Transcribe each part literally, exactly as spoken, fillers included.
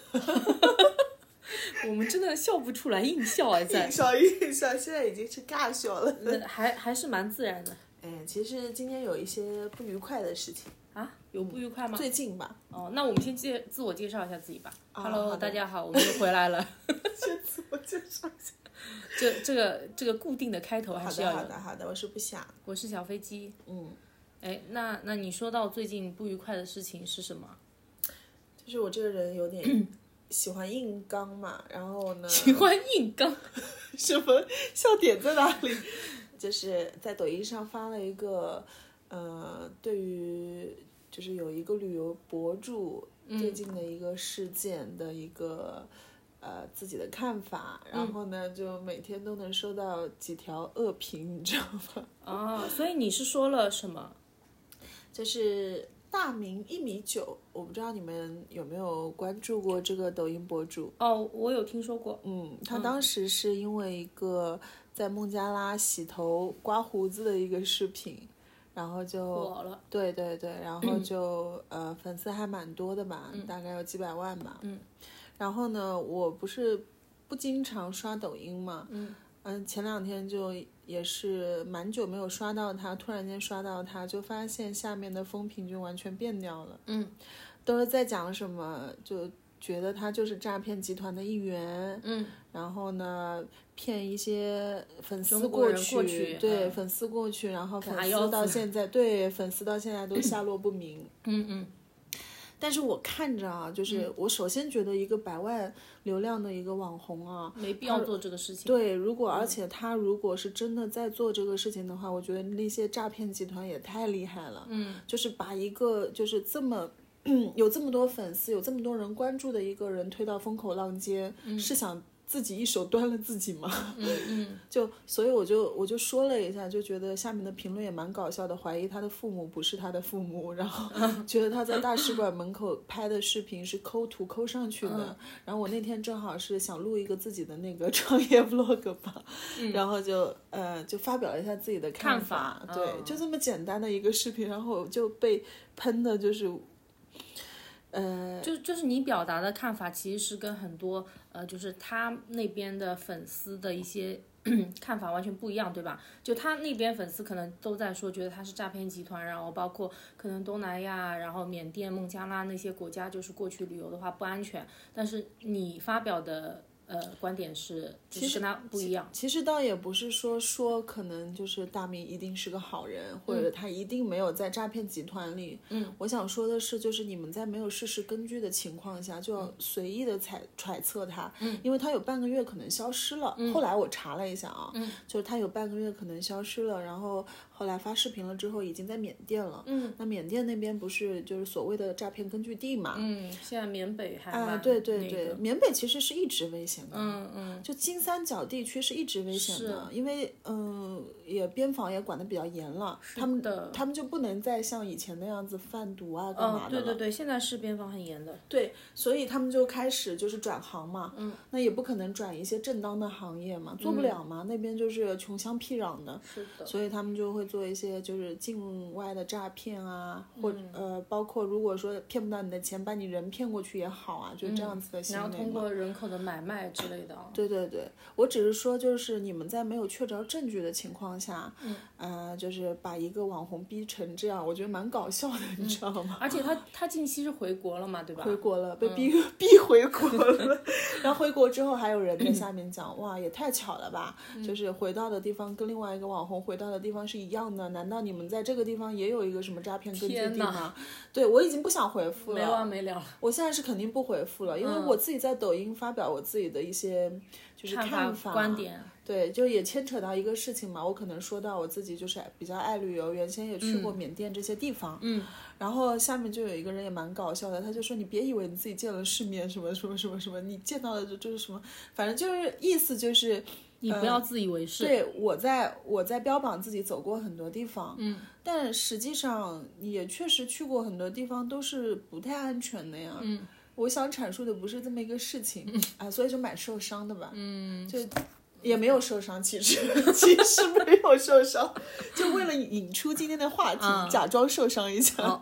我们真的笑不出来，硬笑啊，在硬笑硬笑，现在已经是尬笑了。 还还是蛮自然的。 哎，其实今天有一些不愉快的事情啊，有不愉快吗？ 最近吧。 哦，那我们先介自我介绍一下自己吧。 啊、 Hello， 大家好，我们又回来了。 先自我介绍一下。 这这个这个固定的开头还是要有。 好的好的好的，我是不想。 我是小飞机。 嗯。 哎，那那你说到最近不愉快的事情是什么？ 就是我这个人有点喜欢硬刚嘛，然后呢？ 喜欢硬刚？ 什么笑点在哪里？就是在抖音上发了一个，呃，对于就是有一个旅游博主最近的一个事件的一个、嗯、呃自己的看法，然后呢，就每天都能收到几条恶评，你知道吗？ 哦，所以你是说了什么？ 就是大名一米九，我不知道你们有没有关注过这个抖音博主？ 哦，我有听说过。 嗯，他当时是因为一个在孟加拉洗头刮胡子的一个视频，然后就火了。 对对对，然后就呃粉丝还蛮多的吧，嗯、大概有几百万吧。 嗯， 然后呢，我不是不经常刷抖音嘛， 嗯嗯，前两天就也是蛮久没有刷到他，突然间刷到他，就发现下面的风评就完全变掉了。 嗯， 都是在讲什么，就觉得他就是诈骗集团的一员。 嗯， 然后呢，骗一些粉丝过去， 过去对、 嗯、 粉丝过去，然后粉丝到现在，对粉丝到现在都下落不明。 嗯嗯。 但是我看着啊，就是我首先觉得一个百万流量的一个网红啊， 没必要做这个事情。 对，如果而且他如果是真的在做这个事情的话，我觉得那些诈骗集团也太厉害了。 嗯， 就是把一个就是这么有这么多粉丝、有这么多人关注的一个人推到风口浪尖， 嗯、 是想自己一手端了自己吗？ 嗯嗯， 就所以我就我就说了一下，就觉得下面的评论也蛮搞笑的，怀疑他的父母不是他的父母，然后觉得他在大使馆门口拍的视频是抠图抠上去的。嗯、然后我那天正好是想录一个自己的那个创业 vlog 吧，嗯、然后就呃就发表了一下自己的看法， 看法对， 嗯、 就这么简单的一个视频，然后就被喷的就是。呃， 就就是你表达的看法，其实是跟很多呃，就是他那边的粉丝的一些看法完全不一样，对吧？就他那边粉丝可能都在说，觉得他是诈骗集团，然后包括可能东南亚，然后缅甸、孟加拉那些国家，就是过去旅游的话不安全。但是你发表的呃观点是，就是跟他不一样。 其实倒也不是说说可能就是大明一定是个好人，或者他一定没有在诈骗集团里。 嗯， 我想说的是，就是你们在没有事实根据的情况下，就要随意的揣揣测他。 嗯， 因为他有半个月可能消失了。 嗯、 后来我查了一下啊， 嗯， 就是他有半个月可能消失了，然后后来发视频了之后，已经在缅甸了。 嗯， 那缅甸那边不是就是所谓的诈骗根据地嘛？ 嗯，现在缅北还蛮、那个、 啊，对对对，缅北其实是一直危险的。 嗯嗯。 就金三角地区是一直危险的，因为嗯，也边防也管得比较严了，他们他们就不能再像以前那样子贩毒啊干嘛的了。 哦，对对对，现在是边防很严的。 对，所以他们就开始就是转行嘛， 嗯， 那也不可能转一些正当的行业嘛，做不了嘛，嗯、那边就是穷乡僻壤的， 是的， 所以他们就会做一些就是境外的诈骗啊，或者、 嗯、 呃，包括如果说骗不到你的钱，把你人骗过去也好啊，就这样子的行为嘛、 嗯、然后通过人口的买卖之类的。 对对对，我只是说，就是你们在没有确凿证据的情况下， 嗯， 呃，就是把一个网红逼成这样，我觉得蛮搞笑的， 嗯、 你知道吗？ 而且他他近期是回国了嘛，对吧？ 回国了，被逼、 嗯、 逼回国了。然后回国之后，还有人在下面讲，嗯、哇，也太巧了吧！ 嗯、 就是回到的地方跟另外一个网红回到的地方是一样的，难道你们在这个地方也有一个什么诈骗根据地吗？对，我已经不想回复了， 没完没了。 我现在是肯定不回复了，因为我自己在抖音发表我自己的一些。就是看法、观点， 对，就也牵扯到一个事情嘛。我可能说到我自己就是比较爱旅游，原先也去过缅甸这些地方， 嗯， 然后下面就有一个人也蛮搞笑的，他就说你别以为你自己见了世面，什么什么什么什么，你见到的就就是什么，反正就是意思就是。 你不要自以为是。 呃、对，我在我在标榜自己走过很多地方， 嗯， 但实际上也确实去过很多地方都是不太安全的呀， 嗯。 我想阐述的不是这么一个事情， 嗯、 啊，所以就蛮受伤的吧， 嗯， 就也没有受伤，其实其实没有受伤，就为了引出今天的话题，嗯、假装受伤一下。 哦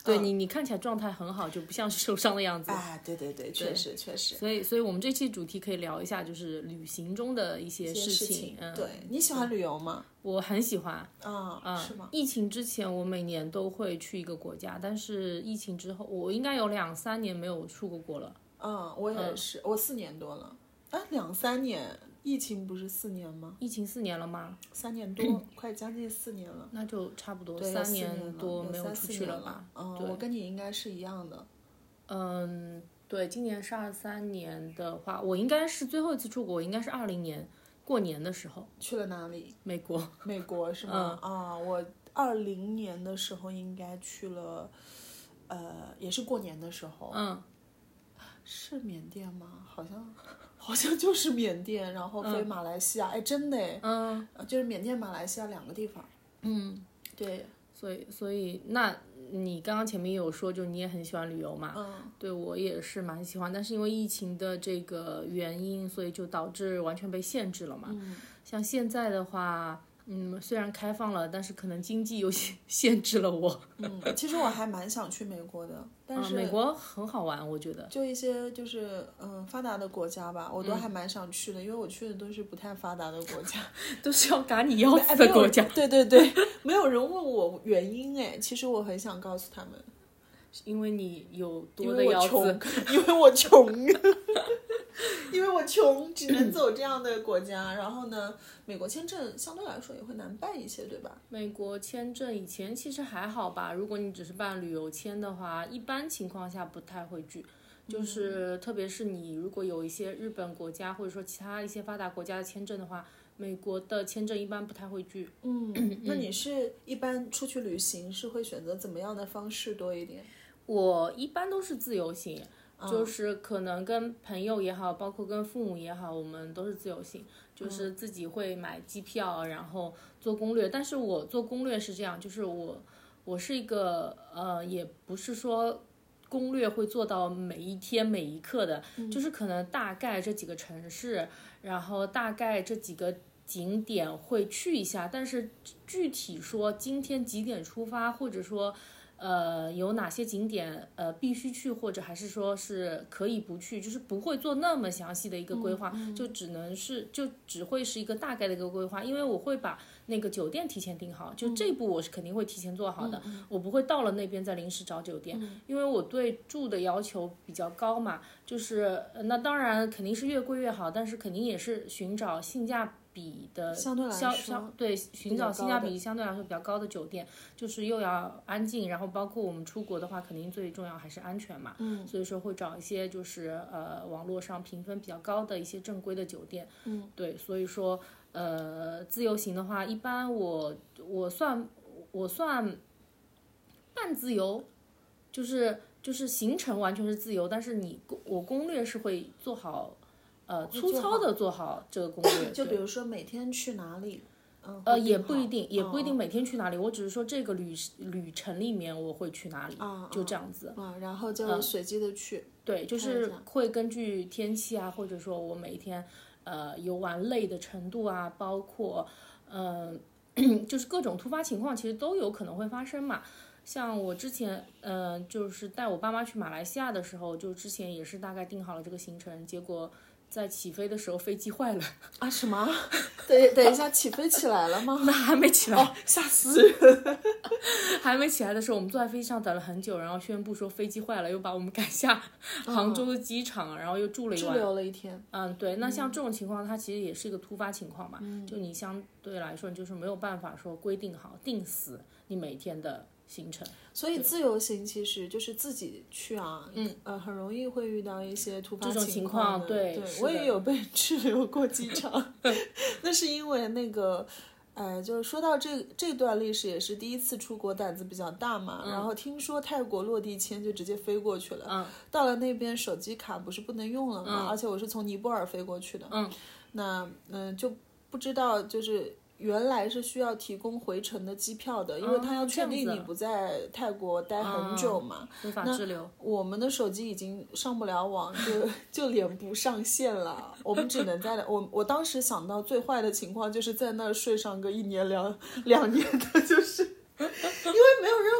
对、嗯、你你看起来状态很好，就不像是受伤的样子。 哎，对对对，确实确实。 所以所以我们这期主题可以聊一下，就是旅行中的一些事情。 事情嗯， 对，你喜欢旅游吗？ 我很喜欢啊、 嗯， 是吗？ 疫情之前我每年都会去一个国家，但是疫情之后我应该有两三年没有出过国了。 嗯，我也是，嗯、我四年多了。啊，两三年，疫情不是四年吗？ 疫情四年了吗？ 三年多，快将近四年了。 那就差不多三年多没有出去了吧？ 嗯，我跟你应该是一样的。 嗯，对，今年是二三年的话，我应该是最后一次出国，应该是二零年过年的时候。 去了哪里？ 美国。 美国是吗？嗯、啊，我二零年的时候应该去了，呃，也是过年的时候。 嗯。 是缅甸吗？好像，好像就是缅甸，然后飞马来西亚。哎、嗯，真的哎。 嗯。 就是缅甸、马来西亚两个地方。 嗯， 对。 所以，所以，那你刚刚前面有说，就你也很喜欢旅游嘛？ 嗯。 对，我也是蛮喜欢，但是因为疫情的这个原因，所以就导致完全被限制了嘛。 嗯。 像现在的话。嗯，虽然开放了，但是可能经济有些限制了我。 嗯，其实我还蛮想去美国的，但是、 嗯、美国很好玩，我觉得。 就一些就是嗯发达的国家吧，我都还蛮想去的，嗯、因为我去的都是不太发达的国家， 都是要赶你腰子的国家。 对对对，没有人问我原因哎，其实我很想告诉他们， 因为你有多的腰子， 因为我穷。因为我穷，只能走这样的国家。然后呢，美国签证相对来说也会难办一些，对吧？ 美国签证以前其实还好吧，如果你只是办旅游签的话，一般情况下不太会拒。就是特别是你如果有一些日本国家或者说其他一些发达国家的签证的话，美国的签证一般不太会拒。 嗯，那你是一般出去旅行是会选择怎么样的方式多一点？ 我一般都是自由行。就是可能跟朋友也好，包括跟父母也好，我们都是自由行，就是自己会买机票，然后做攻略。但是我做攻略是这样，就是我我是一个呃，也不是说攻略会做到每一天每一刻的， 嗯、 就是可能大概这几个城市，然后大概这几个景点会去一下，但是具体说今天几点出发，或者说。呃，有哪些景点呃必须去，或者还是说是可以不去，就是不会做那么详细的一个规划， 嗯嗯、 就只能是就只会是一个大概的一个规划，因为我会把那个酒店提前订好，就这一步我是肯定会提前做好的， 嗯、 我不会到了那边再临时找酒店， 嗯、 因为我对住的要求比较高嘛，就是那当然肯定是越贵越好，但是肯定也是寻找性价比。比的相对来说， 对，寻找性价比相对来说比较高的酒店，就是又要安静，然后包括我们出国的话，肯定最重要还是安全嘛。 嗯， 所以说会找一些就是呃网络上评分比较高的一些正规的酒店。 嗯， 对，所以说呃自由行的话，一般我我算我算半自由，就是就是行程完全是自由，但是你我攻略是会做好。呃，粗糙的做好这个攻略， 就比如说每天去哪里，嗯， 呃，也不一定，也不一定每天去哪里。我只是说这个旅旅程里面我会去哪里， 啊， 就这样子。 啊，然后就随机的去。 对，就是会根据天气啊，或者说我每一天呃游玩累的程度啊，包括嗯、呃，就是各种突发情况，其实都有可能会发生嘛。像我之前，呃，就是带我爸妈去马来西亚的时候，就之前也是大概定好了这个行程，结果。在起飞的时候，飞机坏了啊？什么？等等一下，起飞起来了吗？ 那还没起来， 哦，吓死人！ 还没起来的时候，我们坐在飞机上等了很久，然后宣布说飞机坏了，又把我们赶下杭州的机场，哦、然后又住了一晚， 滞留了一天。 嗯，对。那像这种情况，它其实也是一个突发情况嘛， 嗯、 就你相对来说，你就是没有办法说规定好、定死你每天的。行程， 所以自由行其实就是自己去啊， 嗯， 呃，很容易会遇到一些突发情况的。 对， 对我也有被滞留过机场，那是因为那个，哎，就是说到这这段历史，也是第一次出国，胆子比较大嘛。 嗯、 然后听说泰国落地签就直接飞过去了， 嗯， 到了那边手机卡不是不能用了嘛， 嗯、 而且我是从尼泊尔飞过去的， 嗯， 那嗯、呃、就不知道就是。原来是需要提供回程的机票的，因为他要确定你不在泰国待很久嘛。 非法滞留。 我们的手机已经上不了网，就就连不上线了。我们只能在我我当时想到最坏的情况就是在那儿睡上个一年两两年的，就是因为没有任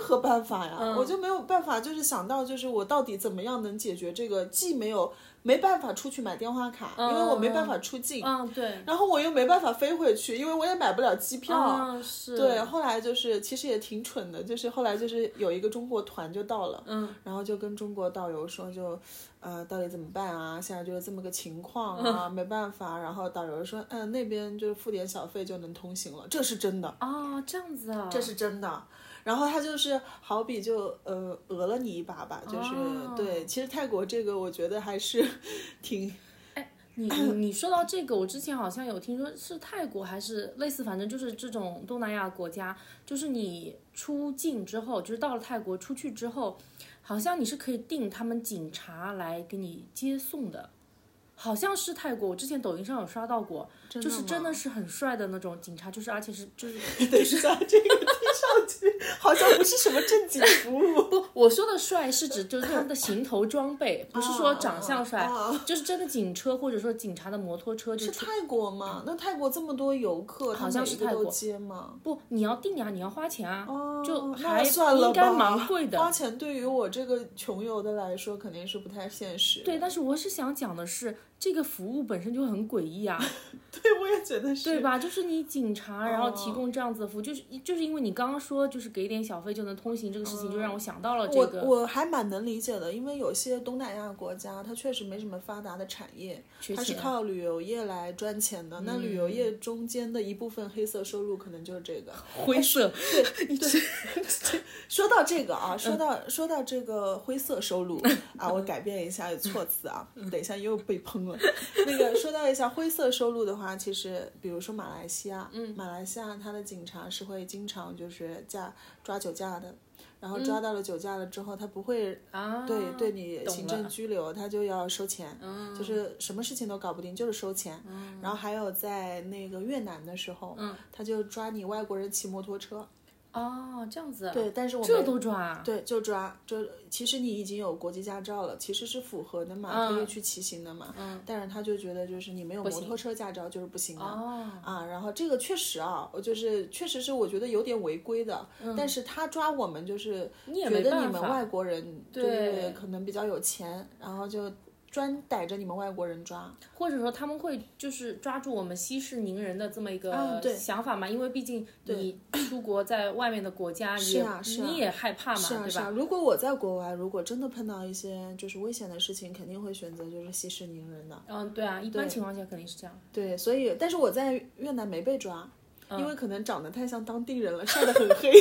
何办法呀、 嗯、 我就没有办法就是想到就是我到底怎么样能解决这个，既没有没办法出去买电话卡、 嗯、 因为我没办法出境， 嗯，对， 然后我又没办法飞回去，因为我也买不了机票， 嗯，是， 对，后来就是其实也挺蠢的，就是后来就是有一个中国团就到了， 嗯， 然后就跟中国导游说就呃到底怎么办啊，现在就是这么个情况啊、嗯、没办法，然后导游说嗯、呃、那边就是付点小费就能通行了，这是真的哦，这样子啊， 这是真的。然后他就是好比就呃讹了你一把吧，就是、哦、对，其实泰国这个我觉得还是挺， 哎，你你你说到这个，我之前好像有听说是泰国还是类似，反正就是这种东南亚国家，就是你出境之后，就是到了泰国出去之后，好像你是可以订他们警察来给你接送的。好像是泰国，我之前抖音上有刷到过，就是真的是很帅的那种警察，就是而且是就是等一下，这个听上去好像不是什么正经服务。 不，我说的帅是指就是他们的行头装备，不是说长相帅， 啊、 就是真的警车或者说警察的摩托车。就是泰国吗？那泰国这么多游客， 好像是泰国接吗？ 不，你要订呀，你要花钱啊， 哦、 就还应该蛮贵的。 花钱对于我这个穷游的来说肯定是不太现实。 对，但是我是想讲的是。这个服务本身就很诡异啊， 对，我也觉得是， 对吧？就是你警察，然后提供这样子的服务，哦、就是就是因为你刚刚说就是给点小费就能通行这个事情，就让我想到了这个。 我我还蛮能理解的，因为有些东南亚国家它确实没什么发达的产业，它是靠旅游业来赚钱的。嗯、那旅游业中间的一部分黑色收入可能就是这个灰色。 对对对，说到这个啊，说到、嗯、说到这个灰色收入啊，我改变一下措辞啊，等一下又被喷。那个说到一下灰色收入的话，其实比如说马来西亚，嗯，马来西亚它的警察是会经常就是驾抓酒驾的，然后抓到了酒驾了之后，他不会、 嗯、 对对你行政拘留，他就要收钱，嗯，就是什么事情都搞不定，就是收钱。嗯，然后还有在那个越南的时候，嗯，他就抓你外国人骑摩托车。 哦，这样子。 对，但是我们这都抓啊？ 对，就抓，就其实你已经有国际驾照了，其实是符合的嘛，嗯、可以去骑行的嘛。嗯。但是他就觉得就是你没有摩托车驾照就是不行的。 哦。 啊，然后这个确实啊，就是确实是我觉得有点违规的，嗯、但是他抓我们就是觉得你们外国人对可能比较有钱，然后就。专逮着你们外国人抓， 或者说他们会就是抓住我们息事宁人的这么一个想法嘛？嗯、因为毕竟你出国在外面的国家也， 是啊是啊、 你也害怕嘛， 是啊、 对吧？ 是啊。如果我在国外，如果真的碰到一些就是危险的事情，肯定会选择就是息事宁人的。 嗯，对啊，一般情况下肯定是这样。 对，所以但是我在越南没被抓， 嗯、 因为可能长得太像当地人了，晒得很黑。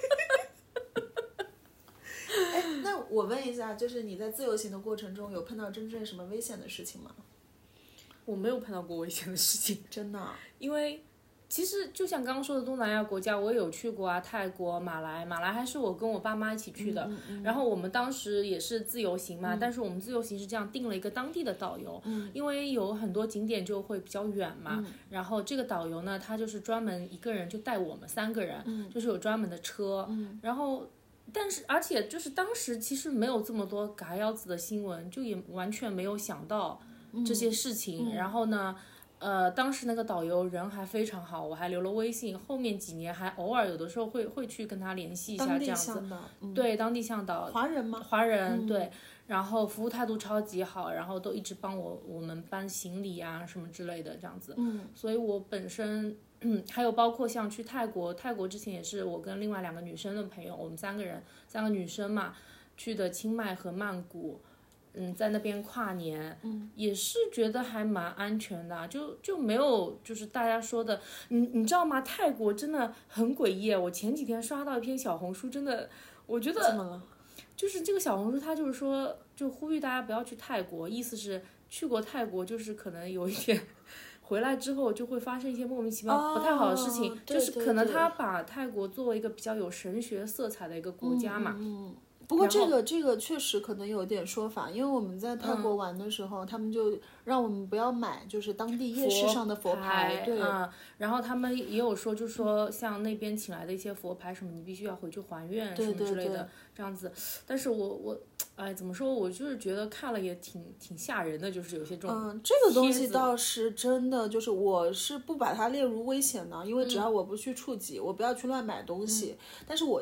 我问一下，就是你在自由行的过程中有碰到真正什么危险的事情吗？ 我没有碰到过危险的事情， 真的。 因为其实就像刚刚说的东南亚国家，我也有去过啊，泰国、马来，马来还是我跟我爸妈一起去的。 嗯嗯、 然后我们当时也是自由行嘛，嗯、但是我们自由行是这样定了一个当地的导游， 嗯、 因为有很多景点就会比较远嘛。 嗯、 然后这个导游呢，他就是专门一个人就带我们三个人， 嗯、 就是有专门的车， 嗯、 然后。但是，而且就是当时其实没有这么多嘎腰子的新闻，就也完全没有想到这些事情。 嗯、 然后呢，呃，当时那个导游人还非常好，我还留了微信。后面几年还偶尔有的时候会会去跟他联系一下，这样子。 嗯、 对，当地向导。 华人吗？ 华人， 嗯、 对。然后服务态度超级好，然后都一直帮我我们搬行李啊什么之类的这样子。 嗯。 所以我本身。嗯，还有包括像去泰国，泰国之前也是我跟另外两个女生的朋友，我们三个人，三个女生嘛，去的清迈和曼谷，嗯，在那边跨年， 嗯， 也是觉得还蛮安全的，就就没有就是大家说的，你你知道吗？泰国真的很诡异，我前几天刷到一篇小红书，真的，我觉得怎么了？ 就是这个小红书，它就是说，就呼吁大家不要去泰国，意思是去过泰国就是可能有一点。回来之后就会发生一些莫名其妙不太好的事情， 哦、 就是可能他把泰国作为一个比较有神学色彩的一个国家嘛。 嗯嗯、不过这个这个确实可能有点说法，因为我们在泰国玩的时候，嗯、他们就让我们不要买就是当地夜市上的佛牌， 对，嗯，然后他们也有说，就是说像那边请来的一些佛牌什么，你必须要回去还愿什么之类的， 对对对这样子。但是我我。哎，怎么说？我就是觉得看了也挺挺吓人的，就是有些这种。 嗯，这个东西倒是真的，就是我是不把它列入危险的，因为只要我不去触及，嗯、我不要去乱买东西。 嗯、 但是我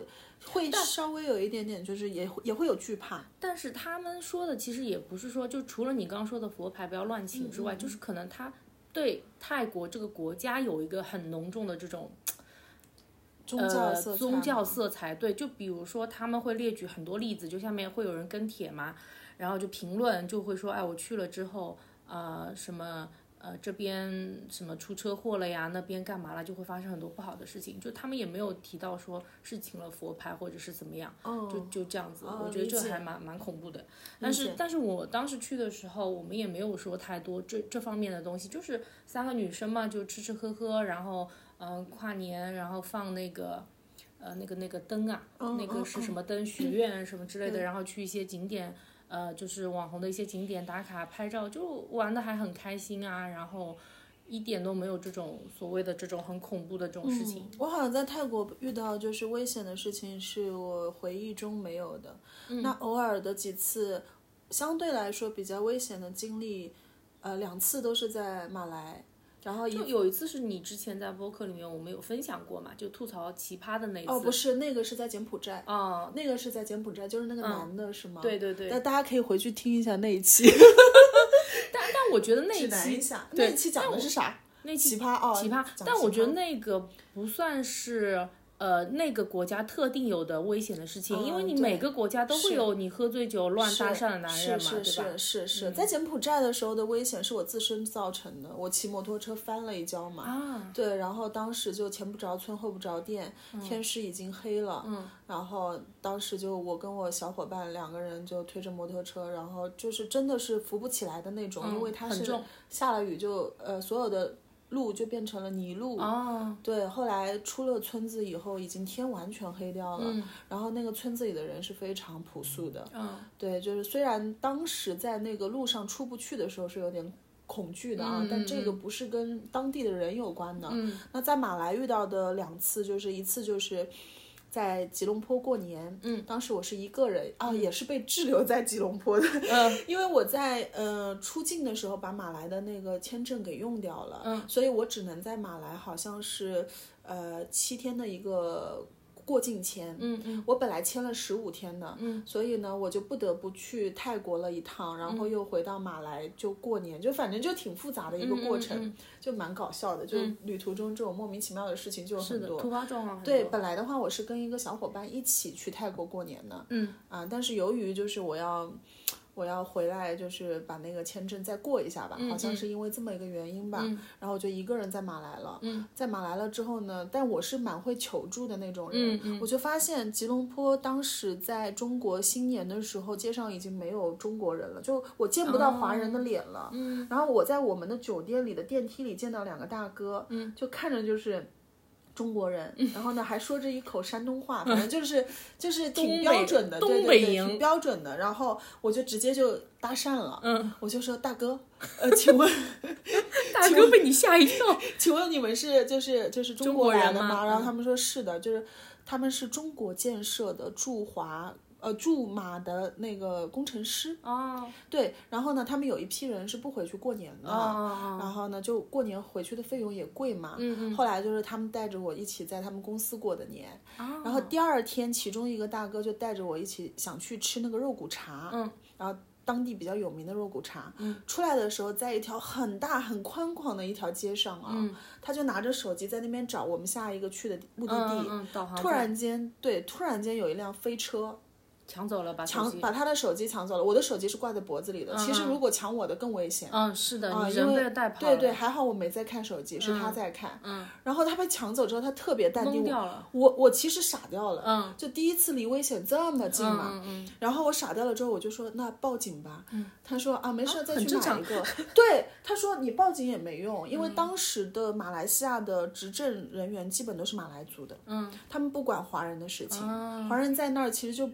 会稍微有一点点，就是也也会有惧怕。 但是他们说的其实也不是说，就除了你刚刚说的佛牌不要乱请之外， 嗯嗯就是可能他对泰国这个国家有一个很浓重的这种。 宗教色彩、 呃、宗教色彩，对，就比如说他们会列举很多例子，就下面会有人跟帖嘛，然后就评论就会说，哎，我去了之后，呃，什么，呃，这边什么出车祸了呀，那边干嘛了，就会发生很多不好的事情，就他们也没有提到说是请了佛牌或者是怎么样， 哦、 就就这样子， 哦、 我觉得这还蛮蛮恐怖的。但是但是我当时去的时候，我们也没有说太多这这方面的东西，就是三个女生嘛，就吃吃喝喝，然后。嗯、呃，跨年然后放那个，呃，那个那个灯啊， 嗯、 那个是什么灯？许愿什么之类的，然后去一些景点，呃，就是网红的一些景点打卡拍照，就玩的还很开心啊，然后一点都没有这种所谓的这种很恐怖的这种事情。 嗯、我好像在泰国遇到就是危险的事情，是我回忆中没有的。 嗯、 那偶尔的几次相对来说比较危险的经历，呃，两次都是在马来。然后就有一次是你之前在播客里面我们有分享过嘛，就吐槽奇葩的那一次。 哦，不是，那个是在柬埔寨。 哦， 那个是在柬埔寨，就是那个男的、嗯、是吗？ 对对对。 但大家可以回去听一下那一期。 但但我觉得那一期， 一下那一期讲的是啥？ 那期奇葩哦， 奇葩。但我觉得那个不算是。呃，那个国家特定有的危险的事情， 嗯、 因为你每个国家都会有你喝醉酒乱搭讪的男人嘛， 对吧？是是是是、嗯，在柬埔寨的时候的危险是我自身造成的，我骑摩托车翻了一跤嘛， 啊， 对，然后当时就前不着村后不着店，嗯、天时已经黑了， 嗯， 然后当时就我跟我小伙伴两个人就推着摩托车，然后就是真的是扶不起来的那种， 嗯、 因为它是下了雨就呃所有的。路就变成了泥路， 哦， 对，后来出了村子以后，已经天完全黑掉了， 嗯、 然后那个村子里的人是非常朴素的， 嗯、 对，就是虽然当时在那个路上出不去的时候是有点恐惧的啊， 嗯、 但这个不是跟当地的人有关的。 嗯、 那在马来遇到的两次，就是一次就是在吉隆坡过年， 嗯， 当时我是一个人啊，也是被滞留在吉隆坡的， 嗯， 因为我在呃出境的时候把马来的那个签证给用掉了， 嗯， 所以我只能在马来好像是呃七天的一个过境签， 嗯嗯， 我本来签了十五天的， 嗯， 所以呢我就不得不去泰国了一趟，然后又回到马来就过年，就反正就挺复杂的一个过程， 嗯嗯嗯、 就蛮搞笑的，就旅途中这种莫名其妙的事情就很多， 是的，突发状况很多。 对，本来的话我是跟一个小伙伴一起去泰国过年的， 嗯啊，但是由于就是我要。我要回来，就是把那个签证再过一下吧， 嗯、 好像是因为这么一个原因吧。 嗯、 然后我就一个人在马来了。 嗯、 在马来了之后呢，但我是蛮会求助的那种人。嗯嗯、 我就发现吉隆坡当时在中国新年的时候，街上已经没有中国人了，就我见不到华人的脸了。 哦、嗯。 然后我在我们的酒店里的电梯里见到两个大哥， 嗯、 就看着就是中国人，然后呢还说着一口山东话，反正就是就是挺标准的， 东北营挺标准的。然后我就直接就搭讪了， 嗯， 我就说大哥，呃，请问， 大哥被你吓一跳， 请问你们是就是就是中国来的吗？ 中国人吗？ 然后他们说是的，就是他们是中国建设的驻华。呃，驻马的那个工程师哦， 对，然后呢，他们有一批人是不回去过年的， 哦、 然后呢，就过年回去的费用也贵嘛， 嗯嗯， 后来就是他们带着我一起在他们公司过的年， 哦、 然后第二天，其中一个大哥就带着我一起想去吃那个肉骨茶， 嗯， 然后当地比较有名的肉骨茶， 嗯， 出来的时候在一条很大很宽广的一条街上啊， 嗯， 他就拿着手机在那边找我们下一个去的目的地， 嗯嗯嗯、 突然间，对，突然间有一辆飞车。 抢走了，把抢把他的手机抢走了，我的手机是挂在脖子里的。 嗯、 其实如果抢我的更危险。 嗯，是的， 啊、 你人被带跑了。 对对，还好我没在看手机，是他在看。 嗯。 然后他被抢走之后，他特别淡定。 懵掉了。 我我其实傻掉了。 嗯。 就第一次离危险这么近嘛。 嗯嗯。 然后我傻掉了之后，我就说那报警吧。 嗯。 他说啊，没事， 啊、 再去买一个。对，他说你报警也没用，因为当时的马来西亚的执政人员基本都是马来族的。 嗯。 他们不管华人的事情， 嗯、 华人在那儿其实就不太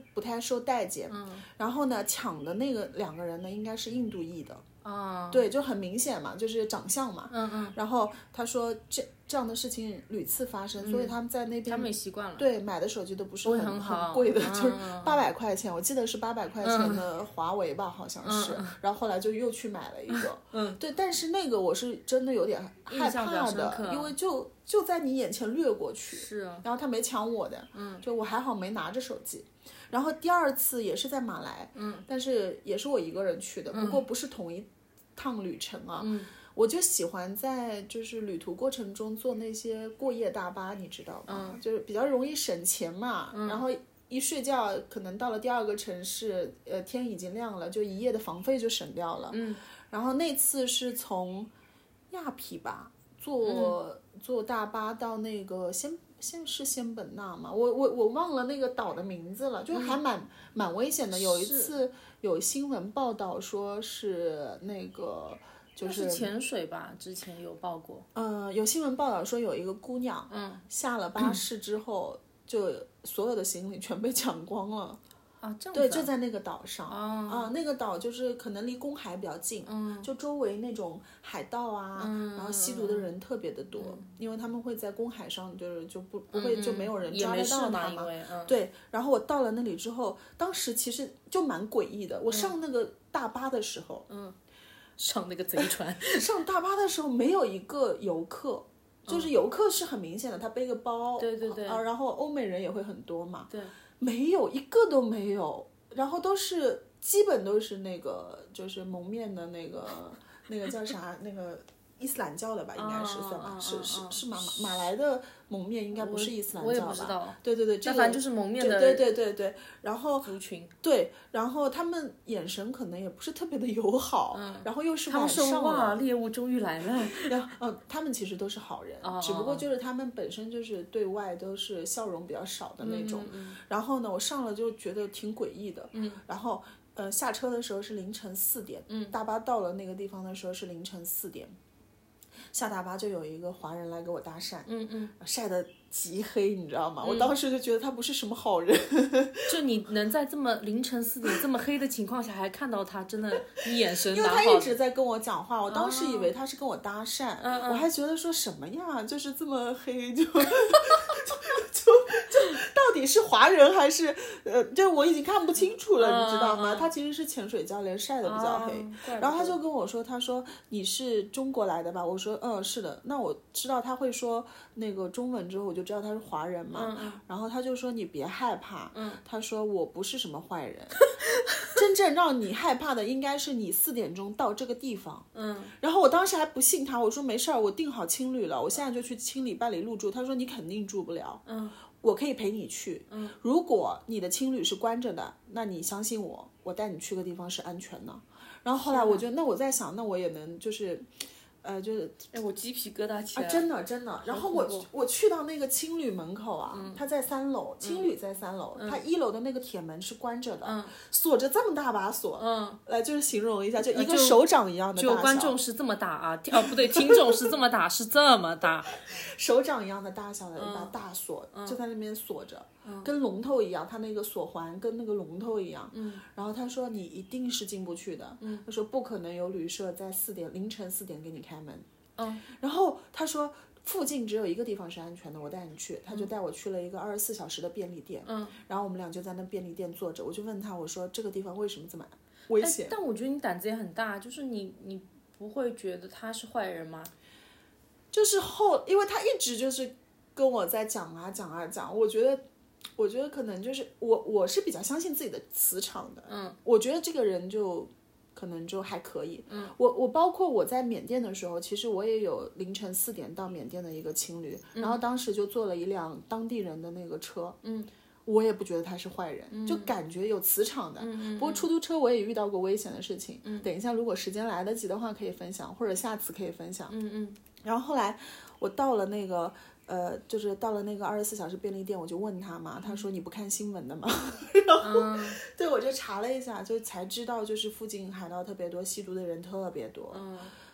受待见。嗯，然后呢，抢的那个两个人呢，应该是印度裔的。 啊， 对，就很明显嘛，就是长相嘛。 嗯嗯。 然后他说这这样的事情屡次发生，嗯、所以他们在那边他们也习惯了。 对，买的手机都不是很很好很贵的， 嗯、 就是八百块钱，我记得是八百块钱的华为吧，嗯、好像是。嗯、然后后来就又去买了一个。嗯，对，但是那个我是真的有点害怕的，因为就就在你眼前掠过去。 是啊。 然后他没抢我的，嗯，就我还好没拿着手机。然后第二次也是在马来，嗯，但是也是我一个人去的，不过不是同一趟旅程啊。嗯，我就喜欢在就是旅途过程中坐那些过夜大巴，你知道吗？嗯，就是比较容易省钱嘛。嗯，然后一睡觉，可能到了第二个城市，呃，天已经亮了，就一夜的房费就省掉了。嗯，然后那次是从亚庇吧，坐、嗯、坐大巴到那个先。先是仙本那嘛，我我我忘了那个岛的名字了，就还蛮、嗯、蛮危险的。有一次有新闻报道说是那个就是潜水吧，之前有报过。 呃，有新闻报道说有一个姑娘，嗯，下了巴士之后，嗯、就所有的行李全被抢光了。 啊，这样子啊。 对，就在那个岛上。啊、呃，那个岛就是可能离公海比较近，嗯，就周围那种海盗啊，嗯、然后吸毒的人特别的多，嗯、因为他们会在公海上，就是就不不会、嗯、就没有人抓得到他嘛。嗯、对，然后我到了那里之后，当时其实就蛮诡异的。我上那个大巴的时候， 嗯，上那个贼船， 上大巴的时候没有一个游客。就是游客是很明显的，他背个包， 对对对， 啊，然后欧美人也会很多嘛， 对。 没有一个都没有，然后都是基本都是那个就是蒙面的那个那个叫啥那个伊斯兰教的吧，应该是算吧，是是是马马来的蒙面应该不是伊斯兰教吧？ 我也不知道。 对对对，这个反正就是蒙面的。 对对对对，然后族群。 对，然后他们眼神可能也不是特别的友好，嗯、然后又是晚上了。 他们说哇，猎物终于来了。 然后，嗯，他们其实都是好人，哦、只不过就是他们本身就是对外都是笑容比较少的那种。嗯嗯、然后呢，我上了就觉得挺诡异的。嗯。然后，呃，下车的时候是凌晨四点。嗯。大巴到了那个地方的时候是凌晨四点。下大巴就有一个华人来给我搭讪，嗯嗯，晒得极黑，你知道吗？嗯、我当时就觉得他不是什么好人。 就你能在这么凌晨四点这么黑的情况下还看到他，真的你眼神因为他一直在跟我讲话，我当时以为他是跟我搭讪，嗯嗯、我还觉得说什么呀，就是这么黑就就就就到底是华人还是呃，就我已经看不清楚了，嗯、你知道吗？嗯、他其实是潜水教练，晒得比较黑，嗯、然后他就跟我说，他说你是中国来的吧？我说嗯是的。那我知道他会说那个中文之后，我就知道他是华人嘛。嗯、然后他就说你别害怕，嗯、他说我不是什么坏人，真正让你害怕的应该是你四点钟到这个地方。嗯，然后我当时还不信他，我说没事儿，我订好青旅了，我现在就去青旅办理入住。他说你肯定住不了。嗯。我可以陪你去，嗯，如果你的青旅是关着的，那你相信我，我带你去个地方是安全的。然后后来我就，那我在想，那我也能就是，呃，就是， 哎，我鸡皮疙瘩起来、 啊，真的真的。然后我我去到那个青旅门口啊，嗯、它在三楼，青旅在三楼，嗯、它一楼的那个铁门是关着的，嗯、锁着这么大把锁，嗯，来就是形容一下，就一个手掌一样的大小。 就观众是这么大啊，哦不对，听众是这么大，是这么大， 手掌一样的大小的一把大锁，嗯、就在那边锁着。嗯、跟龙头一样，他那个锁环跟那个龙头一样。嗯，然后他说你一定是进不去的。嗯，他说不可能有旅社在四点凌晨四点给你开门。嗯，然后他说附近只有一个地方是安全的，我带你去。他就带我去了一个二十四小时的便利店。嗯，然后我们俩就在那便利店坐着，我就问他，我说这个地方为什么这么危险？ 但我觉得你胆子也很大，就是你你不会觉得他是坏人吗？ 就是后，因为他一直就是跟我在讲啊讲啊讲，我觉得。我觉得可能就是我我是比较相信自己的磁场的，嗯，我觉得这个人就可能就还可以，嗯，我我包括我在缅甸的时候，其实我也有凌晨四点到缅甸的一个青旅，嗯、然后当时就坐了一辆当地人的那个车，嗯，我也不觉得他是坏人，嗯、就感觉有磁场的，嗯嗯、不过出租车我也遇到过危险的事情，嗯，等一下如果时间来得及的话可以分享，或者下次可以分享，嗯嗯，然后后来我到了那个。呃，就是到了那个二十四小时便利店，我就问他嘛，他说你不看新闻的吗？然后、嗯、对我就查了一下，就才知道就是附近海盗特别多，吸毒的人特别多。嗯，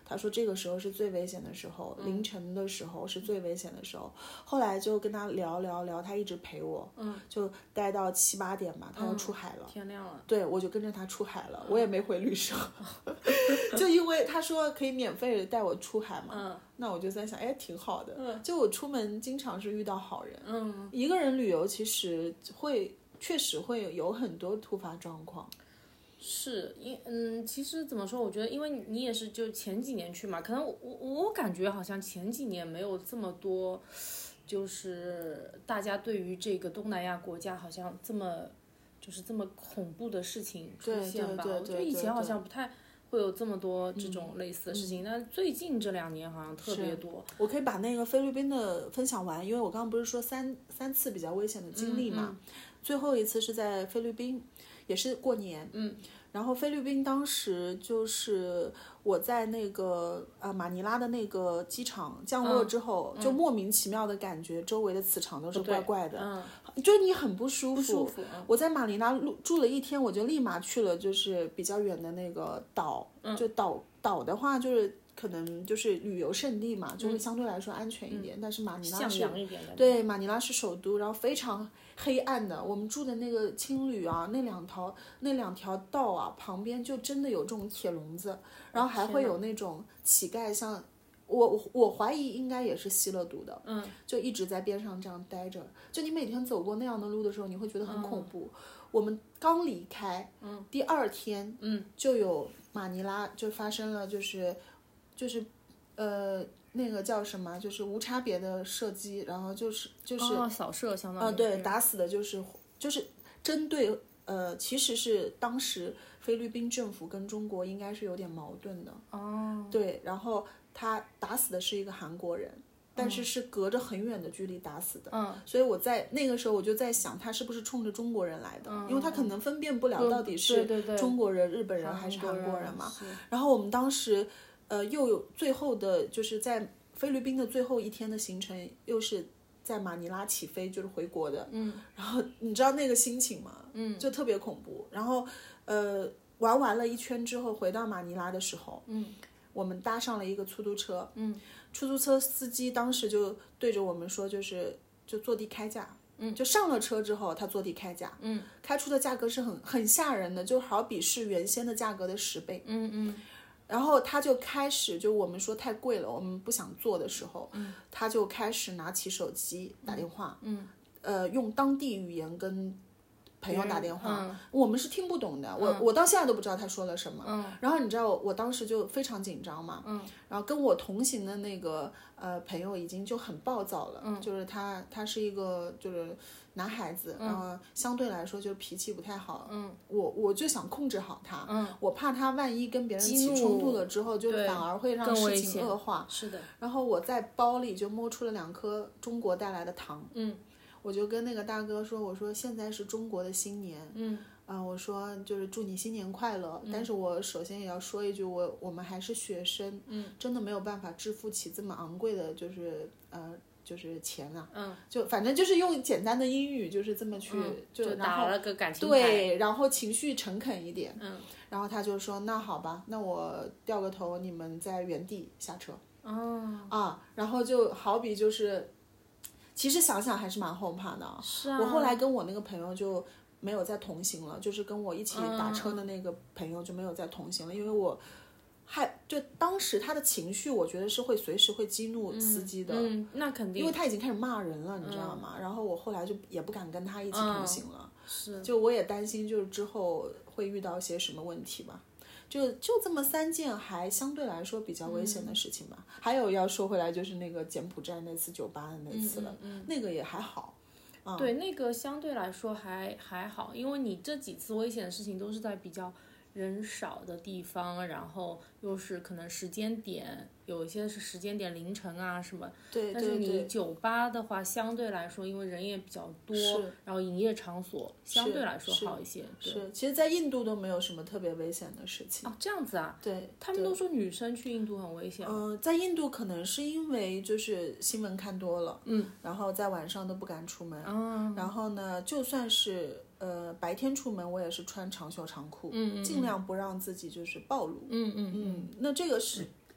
他说这个时候是最危险的时候，凌晨的时候是最危险的时候。后来就跟他聊聊聊，他一直陪我，嗯，就待到七八点吧，他要出海了， 嗯、天亮了， 对，我就跟着他出海了，嗯、我也没回旅社，就因为他说可以免费带我出海嘛，嗯，那我就在想，哎，挺好的，嗯，就我出门经常是遇到好人，嗯，一个人旅游其实会确实会有很多突发状况。 是，因嗯，其实怎么说？我觉得，因为你也是就前几年去嘛，可能我我感觉好像前几年没有这么多，就是大家对于这个东南亚国家好像这么就是这么恐怖的事情出现吧。 对对对对对对， 我觉得以前好像不太会有这么多这种类似的事情，但、嗯、最近这两年好像特别多。 我可以把那个菲律宾的分享完，因为我刚刚不是说三三次比较危险的经历嘛，嗯嗯、最后一次是在菲律宾。也是过年，嗯，然后菲律宾当时就是我在那个呃马尼拉的那个机场降落之后，嗯、就莫名其妙的感觉周围的磁场都是怪怪的，嗯，就你很不舒服。 不舒服嗯、 我在马尼拉住了一天，我就立马去了就是比较远的那个岛，嗯、就岛岛的话就是可能就是旅游胜地嘛，就会相对来说安全一点，嗯、但是马尼拉是向阳一点的， 对，马尼拉是首都，然后非常黑暗的，我们住的那个青旅啊，那两条那两条道啊，旁边就真的有这种铁笼子，然后还会有那种乞丐像，我我怀疑应该也是吸了毒的，嗯，就一直在边上这样待着，就你每天走过那样的路的时候，你会觉得很恐怖。嗯、我们刚离开，嗯，第二天，嗯，就有马尼拉就发生了，就是就是呃。那个叫什么？就是无差别的射击，然后就是就是哦，扫射相当于， 呃，对，打死的就是就是针对呃，其实是当时菲律宾政府跟中国应该是有点矛盾的哦，对，然后他打死的是一个韩国人，但是是隔着很远的距离打死的，嗯，所以我在那个时候我就在想，他是不是冲着中国人来的？嗯、因为他可能分辨不了到底是中国人、 对对对日本人还是韩国人嘛。 人然后我们当时。呃，又有最后的，就是在菲律宾的最后一天的行程，又是在马尼拉起飞，就是回国的。嗯，然后你知道那个心情吗？嗯，就特别恐怖。然后，呃，玩完了一圈之后，回到马尼拉的时候，嗯，我们搭上了一个出租车。嗯，出租车司机当时就对着我们说，就是就坐地开价。嗯，就上了车之后，他坐地开价。嗯，开出的价格是很很吓人的，就好比是原先的价格的十倍。嗯嗯。然后他就开始，就我们说太贵了，我们不想做的时候，嗯、他就开始拿起手机打电话，嗯，呃，用当地语言跟朋友打电话，嗯、我们是听不懂的，嗯、我我到现在都不知道他说了什么。嗯、然后你知道我我当时就非常紧张嘛，嗯、然后跟我同行的那个呃朋友已经就很暴躁了，嗯、就是他他是一个就是男孩子，然后相对来说就脾气不太好，嗯，我我就想控制好他，嗯，我怕他万一跟别人起冲突了之后，就反而会让事情恶化， 是的。 然后我在包里就摸出了两颗中国带来的糖，嗯，我就跟那个大哥说，我说现在是中国的新年，嗯。啊、呃，我说就是祝你新年快乐，嗯、但是我首先也要说一句，我我们还是学生，嗯，真的没有办法支付起这么昂贵的，就是呃。就是钱啊，嗯，就反正就是用简单的英语就是这么去， 嗯、 就, 就打了个感情牌，对，然后情绪诚恳一点，嗯，然后他就说那好吧，那我掉个头，你们在原地下车，哦，啊，然后就好比就是，其实想想还是蛮后怕的， 是啊， 我后来跟我那个朋友就没有再同行了，就是跟我一起打车的那个朋友就没有再同行了，嗯、因为我。还就当时他的情绪，我觉得是会随时会激怒司机的， 嗯，嗯那肯定， 因为他已经开始骂人了，你知道吗？嗯、然后我后来就也不敢跟他一起同行了， 嗯、是， 就我也担心，就是之后会遇到一些什么问题吧。就就这么三件还相对来说比较危险的事情吧。嗯、还有要说回来，就是那个柬埔寨那次酒吧的那次了，嗯嗯嗯、那个也还好。 嗯、对，那个相对来说还还好，因为你这几次危险的事情都是在比较人少的地方，然后又是可能时间点，有一些是时间点凌晨啊什么。 对对对。 但是你酒吧的话，相对来说，因为人也比较多，然后营业场所相对来说好一些。 是，是其实，在印度都没有什么特别危险的事情。 哦，这样子啊？ 对。 他们都说女生去印度很危险。 嗯、呃，在印度可能是因为就是新闻看多了，嗯，然后在晚上都不敢出门，嗯，然后呢，就算是。呃，白天出门我也是穿长袖长裤，嗯嗯，尽量不让自己就是暴露， 嗯嗯嗯。 那这个是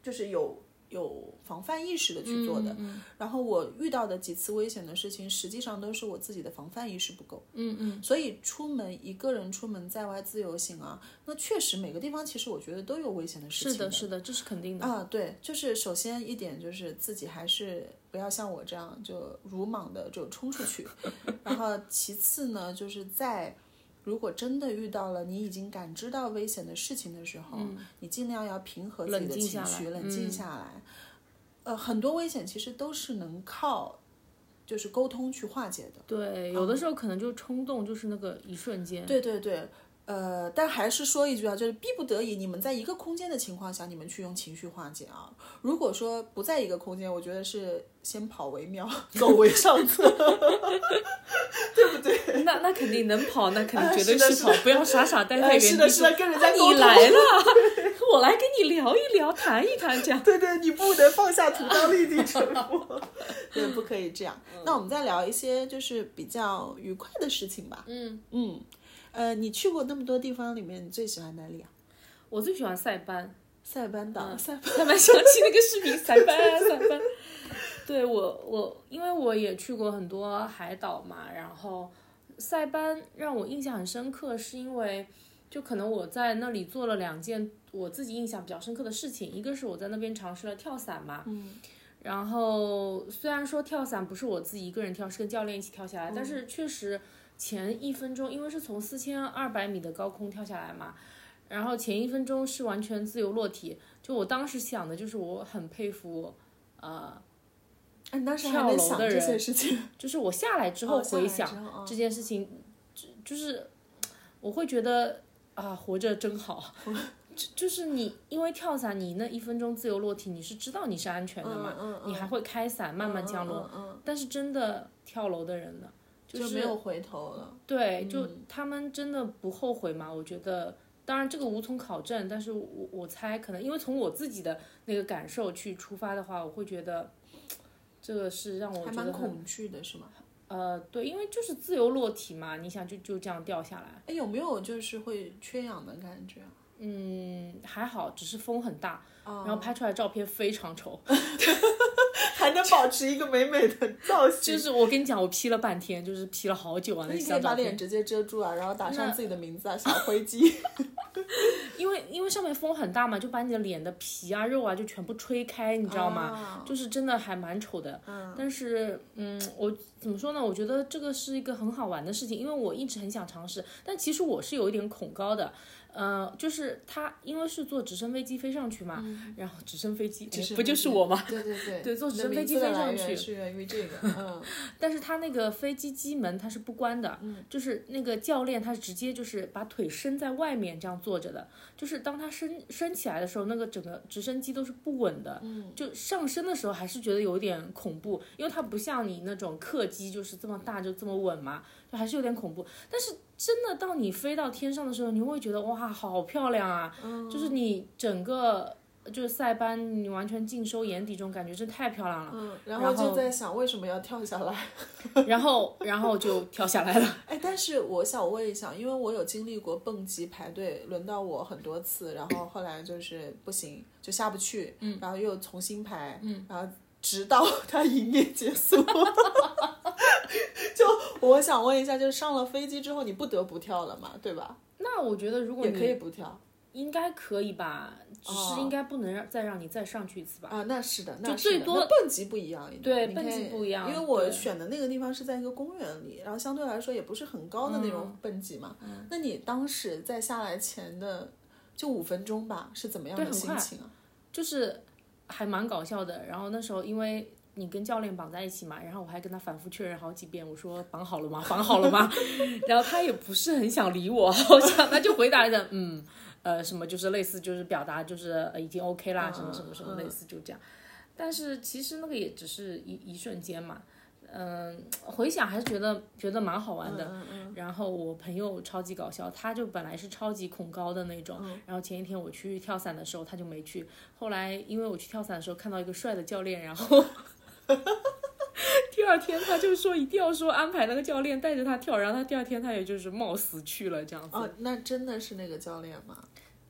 就是有有防范意识的去做的。 嗯嗯、 然后我遇到的几次危险的事情，实际上都是我自己的防范意识不够。 嗯嗯。 所以出门一个人出门在外自由行啊，那确实每个地方其实我觉得都有危险的事情的。 是的，是的，这是肯定的啊。对，就是首先一点就是自己还是不要像我这样就鲁莽的就冲出去，然后其次呢，就是在如果真的遇到了你已经感知到危险的事情的时候， 嗯、 你尽量要平和自己的情绪，冷静下来。 嗯、 呃，很多危险其实都是能靠就是沟通去化解的。 对，有的时候可能就冲动，就是那个一瞬间。 对对对。呃，但还是说一句啊，就是逼不得已，你们在一个空间的情况下，你们去用情绪化解啊。如果说不在一个空间，我觉得是先跑为妙，走为上策，对不对？ 那那肯定能跑，那肯定绝对是跑，不要傻傻待在原地。 是的，是的，跟人家沟通。 你来了，我来跟你聊一聊，谈一谈，这样。 对对，你不能放下屠刀立地成佛，对，不可以这样。嗯、那我们再聊一些就是比较愉快的事情吧。 嗯嗯。呃，你去过那么多地方里面，你最喜欢哪里啊？ 我最喜欢塞班， 塞班岛， 嗯、 塞班， 塞班想起那个视频，塞班啊，塞班。对我，我因为我也去过很多海岛嘛，然后塞班让我印象很深刻，是因为就可能我在那里做了两件我自己印象比较深刻的事情，一个是我在那边尝试了跳伞嘛， 嗯， 然后虽然说跳伞不是我自己一个人跳，是跟教练一起跳下来，嗯、但是确实。前一分钟，因为是从四千二百米的高空跳下来嘛，然后前一分钟是完全自由落体。就我当时想的就是，我很佩服，呃， 你当时还能想这些事情， 就是我下来之后回想这件事情，哦、就是我会觉得啊，活着真好。就是你因为跳伞，你那一分钟自由落体，你是知道你是安全的嘛， 嗯嗯嗯、 你还会开伞慢慢降落。 嗯嗯嗯、 但是真的跳楼的人呢？就, 是、就没有回头了。 对，就他们真的不后悔吗？我觉得，当然这个无从考证，但是我我猜可能因为从我自己的那个感受去出发的话，我会觉得这个是让我觉得还蛮恐惧的，是吗？ 呃，对，因为就是自由落体嘛，你想就就这样掉下来。 哎，有没有就是会缺氧的感觉？ 嗯，还好，只是风很大， 哦、 然后拍出来的照片非常丑。 还能保持一个美美的造型， 就是我跟你讲，我 P 了半天，就是 P 了好久啊，那你可以把脸直接遮住啊，然后打上自己的名字啊，小灰鸡。 因为因为上面风很大嘛，就把你的脸的皮啊肉啊就全部吹开，你知道吗？ 啊、 就是真的还蛮丑的。 嗯、 但是嗯，我怎么说呢？我觉得这个是一个很好玩的事情，因为我一直很想尝试，但其实我是有一点恐高的。呃，就是他因为是坐直升飞机飞上去嘛， 嗯、 然后直升飞机直升飞机不就是我吗？ 对对对， 对，坐直升飞机飞上去是源于这个，嗯， 但是他那个飞机机门它是不关的， 嗯， 就是那个教练他直接就是把腿伸在外面这样坐着的，就是当他升升起来的时候，那个整个直升机都是不稳的， 嗯， 就上升的时候还是觉得有点恐怖，因为它不像你那种客机就是这么大就这么稳嘛，就还是有点恐怖，但是。真的到你飞到天上的时候，你会觉得哇，好漂亮啊！ 嗯、 就是你整个就是塞班，你完全尽收眼底，这种感觉真太漂亮了。 嗯，然后就在想为什么要跳下来， 然后然后就跳下来了。 哎，但是我想问一下，因为我有经历过蹦极排队，轮到我很多次，然后后来就是不行，就下不去， 嗯， 然后又重新排， 嗯， 然后直到它营业结束。就我想问一下，就是上了飞机之后你不得不跳了嘛，对吧？ 那我觉得如果你也可以不跳， 应该可以吧，只是应该不能让再让你再上去一次吧。 啊，那是的，那就最多蹦极不一样， 对，蹦极不一样。 因为我选的那个地方是在一个公园里，然后相对来说也不是很高的那种蹦极嘛。 嗯、 那你当时在下来前的就五分钟吧，是怎么样的心情啊？ 就是还蛮搞笑的。然后那时候因为。你跟教练绑在一起嘛，然后我还跟他反复确认好几遍，我说绑好了吗？绑好了吗？然后他也不是很想理我，好像他就回答着嗯，呃，什么就是类似就是表达就是呃已经 OK 啦，什么什么什么类似就这样。但是其实那个也只是一一瞬间嘛，嗯，回想还是觉得觉得蛮好玩的。 嗯嗯、 然后我朋友超级搞笑，他就本来是超级恐高的那种， 嗯、 然后前一天我去跳伞的时候他就没去，后来因为我去跳伞的时候看到一个帅的教练，然后。第二天他就说一定要说安排那个教练带着他跳，然后他第二天他也就是冒死去了这样子。 哦，那真的是那个教练吗？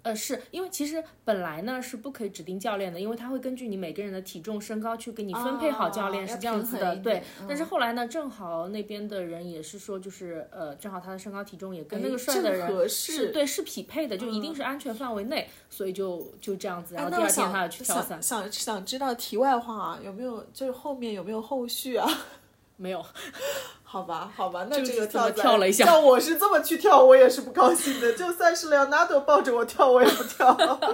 呃，是因为其实本来呢是不可以指定教练的，因为他会根据你每个人的体重、身高去给你分配好教练， 哦、 是这样子的。对、 嗯， 但是后来呢，正好那边的人也是说，就是呃，正好他的身高体重也跟那个帅的人是对是匹配的，就一定是安全范围内，嗯、所以就就这样子。然后第二天他去跳伞。 想想想知道题外话啊，有没有就是后面有没有后续啊？ 没有。 好吧，好吧，那这个跳跳了一下， 像我是这么去跳，我也是不高兴的。就算是Leonardo抱着我跳，我也不跳。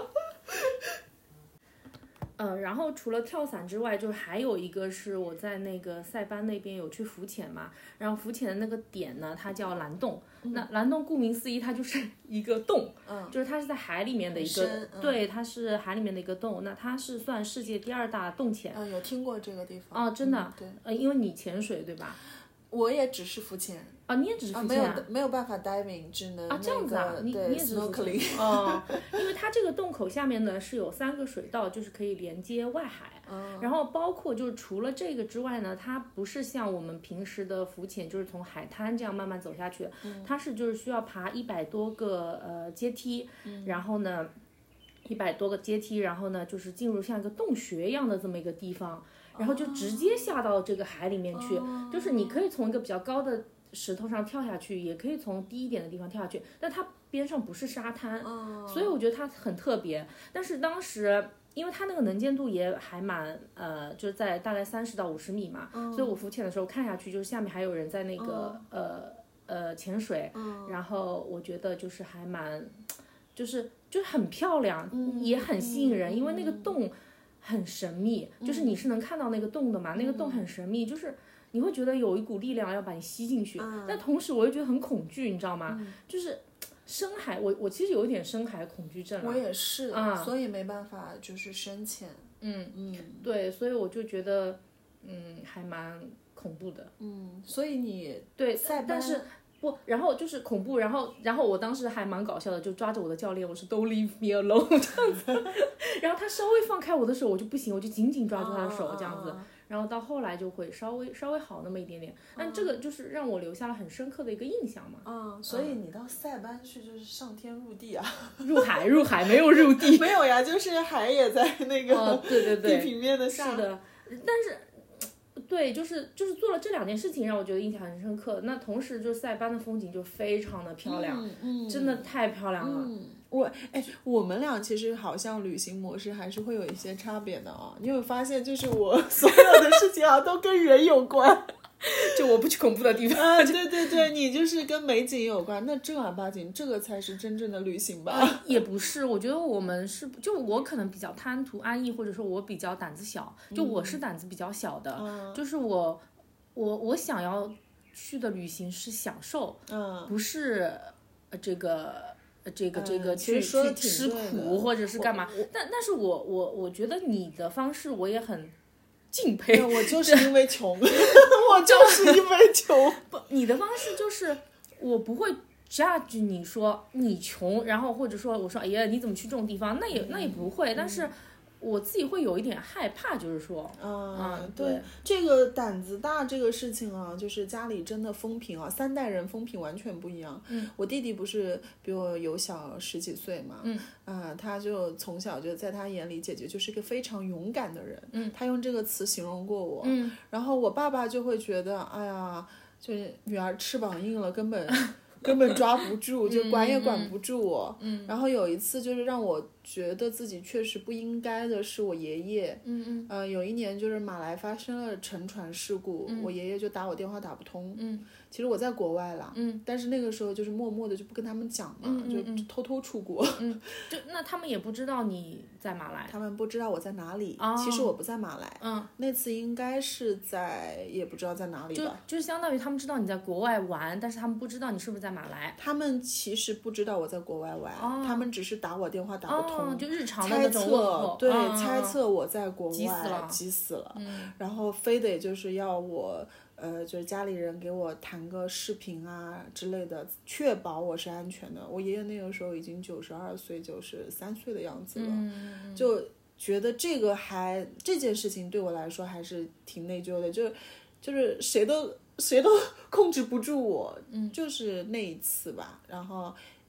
呃，然后除了跳伞之外，就还有一个是我在那个塞班那边有去浮潜嘛，然后浮潜的那个点呢，它叫蓝洞。嗯、那蓝洞顾名思义，它就是一个洞，嗯，就是它是在海里面的一个，嗯、对，它是海里面的一个洞。那它是算世界第二大洞潜。 嗯，有听过这个地方。 哦，真的。 嗯、对。 呃，因为你潜水对吧？ 我也只是浮潜啊，你也只是浮潜、 啊啊、没有没有办法 diving， 只能、那个、 啊这样子啊，你你也只是浮潜哦，因为它这个洞口下面呢是有三个水道，就是可以连接外海，嗯、然后包括就是除了这个之外呢，它不是像我们平时的浮潜，就是从海滩这样慢慢走下去，嗯、它是就是需要爬一百多个呃阶梯，嗯、然后呢一百多个阶梯，然后呢就是进入像一个洞穴一样的这么一个地方。然后就直接下到这个海里面去，哦、就是你可以从一个比较高的石头上跳下去，也可以从低一点的地方跳下去，但它边上不是沙滩，哦、所以我觉得它很特别。但是当时因为它那个能见度也还蛮呃，就是在大概三十到五十米嘛，哦、所以我浮潜的时候看下去，就是下面还有人在那个、哦、呃呃潜水，哦、然后我觉得就是还蛮，就是就是很漂亮，嗯、也很吸引人，嗯、因为那个洞。很神秘，就是你是能看到那个洞的嘛，嗯、那个洞很神秘，就是你会觉得有一股力量要把你吸进去，嗯、但同时我又觉得很恐惧，你知道吗？嗯、就是深海，我我其实有一点深海恐惧症了。 我也是，啊、所以没办法就是深潜。 嗯嗯，对，所以我就觉得，嗯，还蛮恐怖的。 嗯，所以你对，但是。不，然后就是恐怖，然后然后我当时还蛮搞笑的，就抓着我的教练，我说 Don't leave me alone 这样子，然后他稍微放开我的手，我就不行，我就紧紧抓住他的手这样子，然后到后来就会稍微稍微好那么一点点，但这个就是让我留下了很深刻的一个印象嘛。 嗯，所以你到塞班去就是上天入地啊， 入海入海没有入地， 没有呀，就是海也在那个、 哦、对对对地平面的下， 是的，但是。对，就是就是做了这两件事情，让我觉得印象很深刻。那同时，就是塞班的风景就非常的漂亮， 嗯嗯、 真的太漂亮了。 嗯、我哎，我们俩其实好像旅行模式还是会有一些差别的啊。你有发现，就是我所有的事情啊，都跟人有关。 就我不去恐怖的地方啊，对对对，你就是跟美景有关，那正儿八经这个才是真正的旅行吧？ 呃、也不是，我觉得我们是，就我可能比较贪图安逸，或者说我比较胆子小，就我是胆子比较小的，嗯、就是我我我想要去的旅行是享受，嗯，不是呃这个。这个这个去、嗯、去吃苦或者是干嘛？但但是我我我觉得你的方式我也很敬佩。 我就是因为穷，我就是因为穷。 不，你的方式就是我不会 judge 你说你穷，然后或者说我说哎呀你怎么去这种地方，那也那也不会，嗯、但是。我自己会有一点害怕，就是说， 嗯， 嗯对，对这个胆子大这个事情啊，就是家里真的风评啊，三代人风评完全不一样。 嗯， 我弟弟不是比我有小十几岁嘛， 嗯， 啊、呃，他就从小就在他眼里，姐姐就是一个非常勇敢的人。 嗯， 他用这个词形容过我。 嗯， 然后我爸爸就会觉得，哎呀，就是女儿翅膀硬了，根本。根本抓不住，就管也管不住我。 嗯， 然后有一次就是让我觉得自己确实不应该的是我爷爷。 嗯嗯。 呃，有一年就是马来发生了沉船事故， 嗯、 我爷爷就打我电话打不通。 嗯。 其实我在国外啦。 嗯。 但是那个时候就是默默的就不跟他们讲嘛， 嗯嗯嗯、就偷偷出国。 嗯。就那他们也不知道你在马来。 他们不知道我在哪里。 哦、 其实我不在马来。 嗯。 那次应该是在也不知道在哪里吧。 就就相当于他们知道你在国外玩，但是他们不知道你是不是在马来。 他们其实不知道我在国外玩， 哦、 他们只是打我电话打不通， 哦、就日常的那种问候， 对， 哦、 猜测我在国外， 急死了， 急死了。 嗯， 然后非得就是要我，呃，就是家里人给我谈个视频啊之类的，确保我是安全的。我爷爷那个时候已经九十二岁、九十三岁的样子了， 嗯、 就觉得这个还这件事情对我来说还是挺内疚的，就就是谁都。谁都控制不住我， 嗯， 就是那一次吧。然后，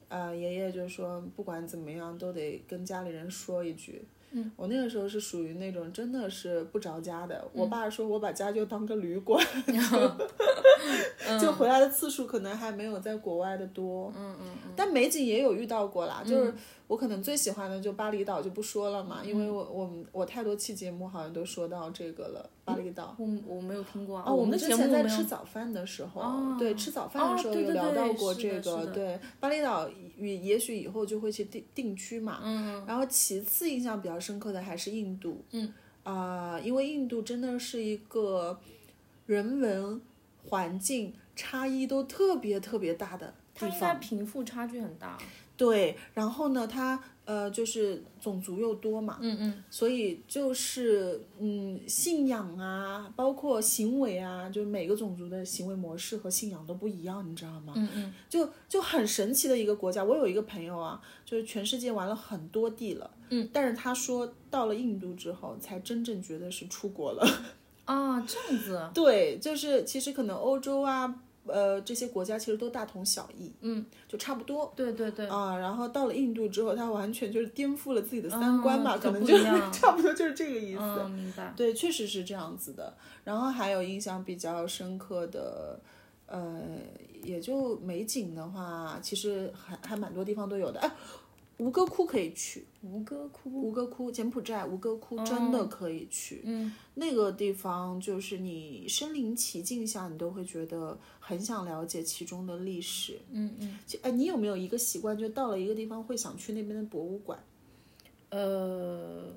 呃，爷爷就说不管怎么样都得跟家里人说一句。嗯，我那个时候是属于那种真的是不着家的。嗯、我爸说我把家就当个旅馆，嗯、就回来的次数可能还没有在国外的多。嗯嗯嗯。但美景也有遇到过啦，嗯、就是我可能最喜欢的就巴厘岛就不说了嘛，嗯、因为我我我太多期节目好像都说到这个了，巴厘岛。 我我没有听过啊。 哦，我们之前在吃早早饭的时候， 哦、 对，吃早饭的时候有聊到过这个。 哦、对, 对, 对, 对，巴厘岛也许以后就会去定定居嘛。嗯。然后其次印象比较深刻的还是印度。嗯。啊、呃，因为印度真的是一个人文环境差异都特别特别大的地方。它应该贫富差距很大。 对，然后呢，它呃就是种族又多嘛，嗯嗯，所以就是嗯信仰啊，包括行为啊，就每个种族的行为模式和信仰都不一样，你知道吗？嗯嗯，就就很神奇的一个国家。我有一个朋友啊，就是全世界玩了很多地了，嗯，但是他说到了印度之后，才真正觉得是出国了。 啊，这样子。 对，就是其实可能欧洲啊。呃，这些国家其实都大同小异，嗯，就差不多。 对对对。 啊，然后到了印度之后，他完全就是颠覆了自己的三观吧，嗯、可能就差不多就是这个意思。 嗯，明白。 对，确实是这样子的。然后还有印象比较深刻的，呃，也就美景的话，其实还还蛮多地方都有的。哎，吴哥窟可以去。 吴哥窟， 吴哥窟，柬埔寨吴哥窟真的可以去。嗯，那个地方就是你身临其境下，你都会觉得很想了解其中的历史。嗯嗯。哎，你有没有一个习惯，就到了一个地方会想去那边的博物馆？ 呃，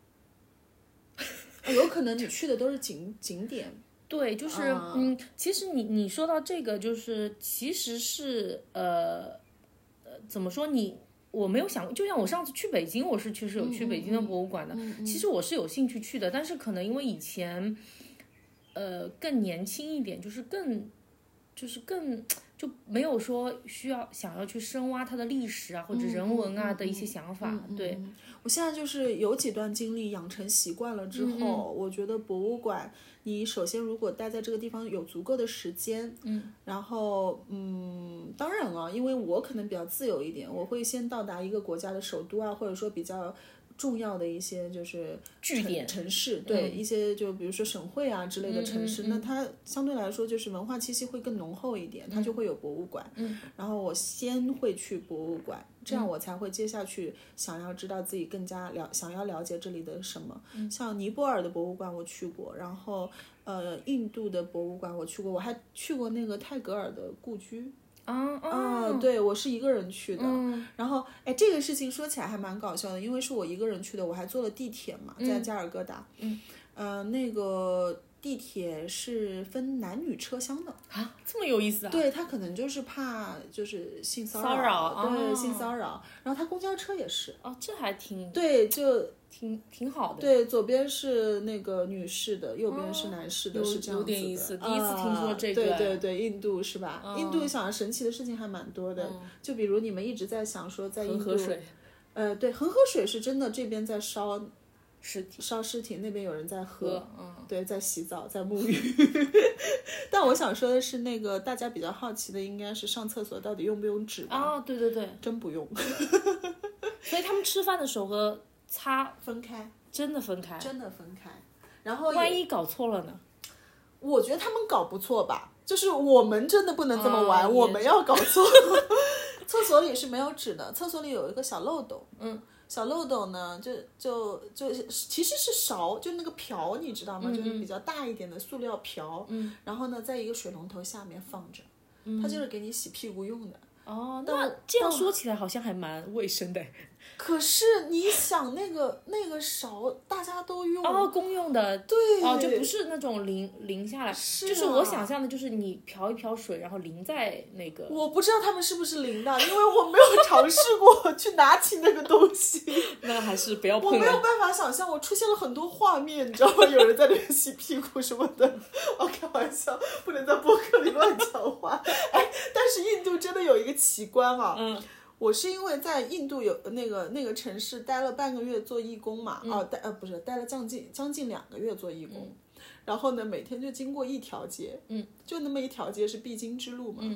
有可能你去的都是景景点。 对，就是嗯, 嗯，其实你你说到这个，就是其实是呃呃，怎么说你？我没有想过，就像我上次去北京，我是确实有去北京的博物馆的。嗯嗯嗯、其实我是有兴趣去的，但是可能因为以前，呃，更年轻一点，就是更，就是更就没有说需要想要去深挖它的历史啊或者人文啊的一些想法。 嗯嗯嗯、 对， 我现在就是有几段经历养成习惯了之后，嗯、我觉得博物馆。你首先如果待在这个地方有足够的时间，嗯，然后嗯，当然了，因为我可能比较自由一点，我会先到达一个国家的首都啊，或者说比较重要的一些就是据点城市，对、嗯、一些就比如说省会啊之类的城市，嗯嗯嗯、那它相对来说就是文化气息会更浓厚一点，它就会有博物馆，嗯，然后我先会去博物馆。这样我才会接下去想要知道自己更加了想要了解这里的什么。嗯、像尼泊尔的博物馆我去过，然后呃印度的博物馆我去过，我还去过那个泰戈尔的故居。 啊啊、呃！对，我是一个人去的。嗯、然后哎，这个事情说起来还蛮搞笑的，因为是我一个人去的，我还坐了地铁嘛，在加尔各答。嗯。呃，那个。地铁是分男女车厢的啊，这么有意思啊！ 对，他可能就是怕就是性骚扰， 骚扰对、 哦、 性骚扰。然后他公交车也是哦，这还挺对，就挺挺好的。 对，左边是那个女士的，右边是男士的， 哦、 是这样子的。 有点意思，第一次听说这个。对对对，印度是吧？ 哦、 印度想神奇的事情还蛮多的， 嗯、 就比如你们一直在想说在印度， 恒河水， 呃，对，恒河水是真的，这边在烧。 尸体烧尸体，那边有人在喝， 喝嗯、 对，在洗澡，在沐浴。但我想说的是，那个大家比较好奇的应该是上厕所到底用不用纸吧？ 啊、哦，对对对， 真不用。 所以他们吃饭的时候和擦分开， 真的分开， 真的分开。然后万一搞错了呢？ 我觉得他们搞不错吧，就是我们真的不能这么玩， 啊、 我们要搞错。厕所里是没有纸的，厕所里有一个小漏斗，嗯。小漏斗呢，就就就其实是勺，就那个瓢，你知道吗？嗯、就是比较大一点的塑料瓢，嗯、然后呢，在一个水龙头下面放着，嗯、它就是给你洗屁股用的。 哦，那这样说起来好像还蛮卫生的。 可是你想，那个那个勺大家都用哦，公用的， 对， 哦，就不是那种淋淋下来， 是、啊、 就是我想象的，就是你瓢一瓢水，然后淋在那个。 我不知道他们是不是淋的，因为我没有尝试过去拿起那个东西。 那还是不要碰了。 我没有办法想象，我出现了很多画面，你知道吗？有人在那边洗屁股什么的。哦，开玩笑，不能在播客里乱讲话。哎，但是印度真的有一个奇观啊。嗯。我是因为在印度有那个那个城市待了半个月做义工嘛，嗯、哦，待呃不是待了将近将近两个月做义工，嗯、然后呢每天就经过一条街，嗯，就那么一条街是必经之路嘛，嗯，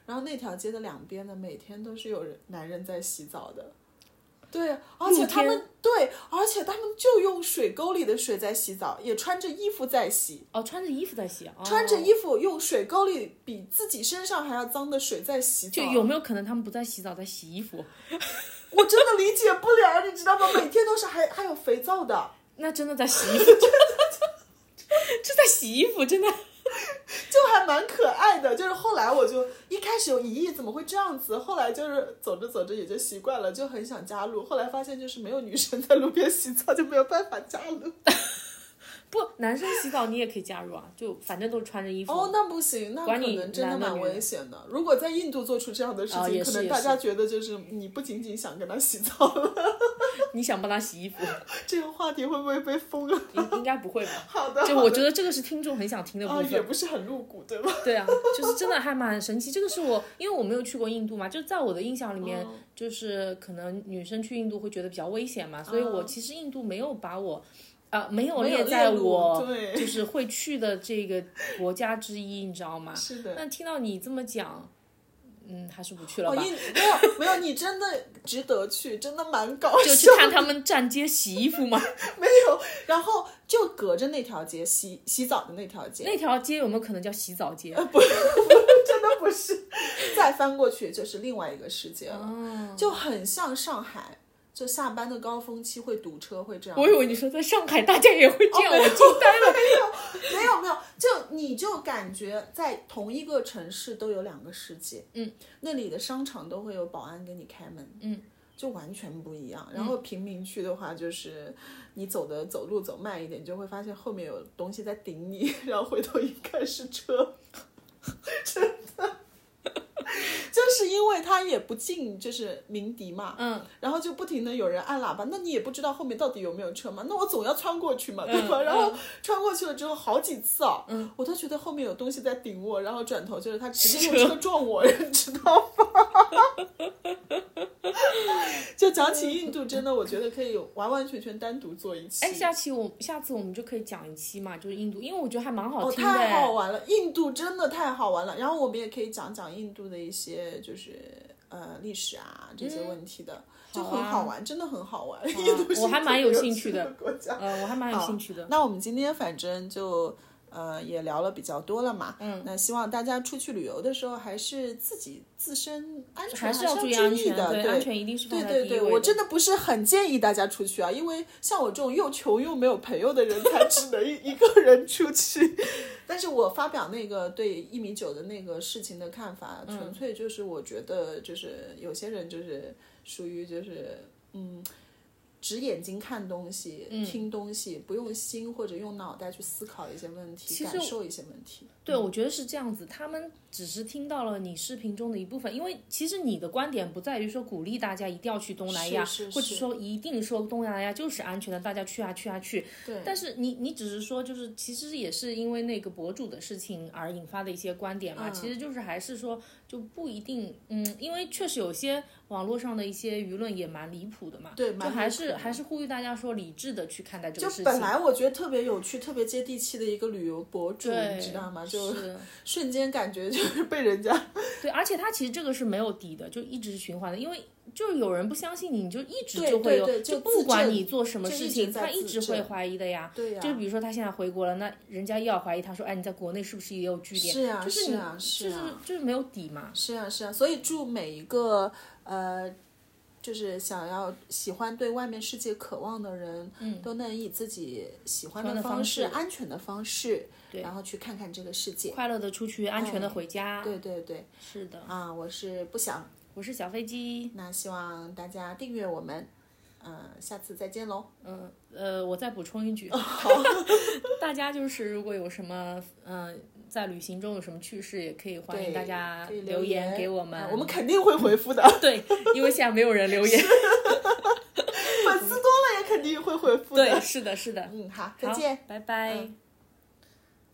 然后那条街的两边呢，每天都是有人男人在洗澡的。对，而且他们对，而且他们就用水沟里的水在洗澡，也穿着衣服在洗。 哦，穿着衣服在洗、哦、 穿着衣服用水沟里比自己身上还要脏的水在洗澡。 就有没有可能他们不在洗澡，在洗衣服？ 我真的理解不了，你知道吗？每天都是还还有肥皂的。 那真的在洗衣服，真的就在洗衣服，真的。 就还蛮可爱的，就是后来我就一开始有疑义怎么会这样子，后来就是走着走着也就习惯了，就很想加入，后来发现就是没有女生在路边洗澡就没有办法加入。 不，男生洗澡你也可以加入啊，就反正都是穿着衣服。 哦，那不行，那可能真的蛮危险的。如果在印度做出这样的事情、哦、可能大家觉得就是你不仅仅想跟他洗澡了， 你想帮他洗衣服。 这个话题会不会被封啊？ 应应该不会吧。 好的， 就我觉得这个是听众很想听的部分、 啊、也不是很露骨对吧？ 对啊，就是真的还蛮神奇。这个是我因为我没有去过印度嘛，就在我的印象里面、哦、就是可能女生去印度会觉得比较危险嘛，所以我其实印度没有把我呃，没有列在我就是会去的这个国家之一，你知道吗？ 是的。 但听到你这么讲，嗯，还是不去了吧。 哦、没有没有，你真的值得去，真的蛮搞笑的。 就去看他们站街洗衣服吗？ 没有，然后就隔着那条街洗洗澡的那条街。 那条街有没有可能叫洗澡街？ 呃，不是，真的不是。再翻过去就是另外一个世界了，哦、就很像上海。就下班的高峰期会堵车，会这样。 我以为你说在上海大家也会这样，哦、我惊呆了。 没有没有没有，就你就感觉在同一个城市都有两个世界。 嗯， 那里的商场都会有保安给你开门。 嗯， 就完全不一样。然后平民区的话，就是你走的走路走慢一点，你就会发现后面有东西在顶你，然后回头一看是车，真的。就是因为他也不进就是鸣笛嘛， 嗯， 然后就不停的有人按喇叭，那你也不知道后面到底有没有车嘛，那我总要穿过去嘛，对吧？ 嗯、 然后穿过去了之后好几次啊，嗯，我都觉得后面有东西在顶我，然后转头就是他直接用车撞我，你知道吗？就讲起印度，真的我觉得可以完完全全单独做一期。 哎，下期我下次我们就可以讲一期嘛，就是印度，因为我觉得还蛮好听的。 哦，太好玩了，印度真的太好玩了。然后我们也可以讲讲印度的一些就是呃历史啊这些问题的，嗯、就很好玩，啊、真的很好玩。印度是我还蛮有兴趣的国家， 呃，我还蛮有兴趣的。 那我们今天反正就。呃，也聊了比较多了嘛， 嗯， 那希望大家出去旅游的时候，还是自己自身安全还是要注意安全的， 对，安全一定是放在第一位的。 对对对，我真的不是很建议大家出去啊，因为像我这种又穷又没有朋友的人，才只能一个人出去。但是我发表那个对一米九的那个事情的看法， 嗯、 纯粹就是我觉得就是有些人就是属于就是嗯。只眼睛看东西、嗯、听东西，不用心或者用脑袋去思考一些问题，感受一些问题。 对、嗯，我觉得是这样子，他们只是听到了你视频中的一部分，因为其实你的观点不在于说鼓励大家一定要去东南亚， 是是是， 或者说一定说东南亚就是安全的，大家去啊去啊去。 对。 但是你你只是说就是其实也是因为那个博主的事情而引发的一些观点嘛，嗯、其实就是还是说就不一定，嗯，因为确实有些网络上的一些舆论也蛮离谱的嘛， 对， 就还是还是呼吁大家说理智的去看待这个事情。 就本来我觉得特别有趣、特别接地气的一个旅游博主，你知道吗？就瞬间感觉就是被人家对，而且他其实这个是没有底的，就一直循环的，因为就是有人不相信你，你就一直就会有， 对对对， 就不管你做什么事情， 一他一直会怀疑的呀。 对呀， 就比如说他现在回国了，那人家又要怀疑他说，哎，你在国内是不是也有据点？ 是啊， 就是是啊，是啊，就是就是没有底嘛。 是啊，是啊，所以祝每一个呃。就是想要喜欢对外面世界渴望的人， 嗯， 都能以自己喜欢的方式、安全的方式，然后去看看这个世界， 快乐的出去，安全的回家。 哎、对对对， 是的。 啊，我是不想， 我是小飞机。 那希望大家订阅我们，嗯、呃，下次再见喽。 嗯呃，我再补充一句， 好， 大家就是如果有什么嗯。呃在旅行中有什么趣事，也可以欢迎大家留言给我们， 啊、我们肯定会回复的。 对，因为现在没有人留言， 粉丝多了也肯定会回复的。 对，是的，是的。 嗯，好，再见， 拜拜。 嗯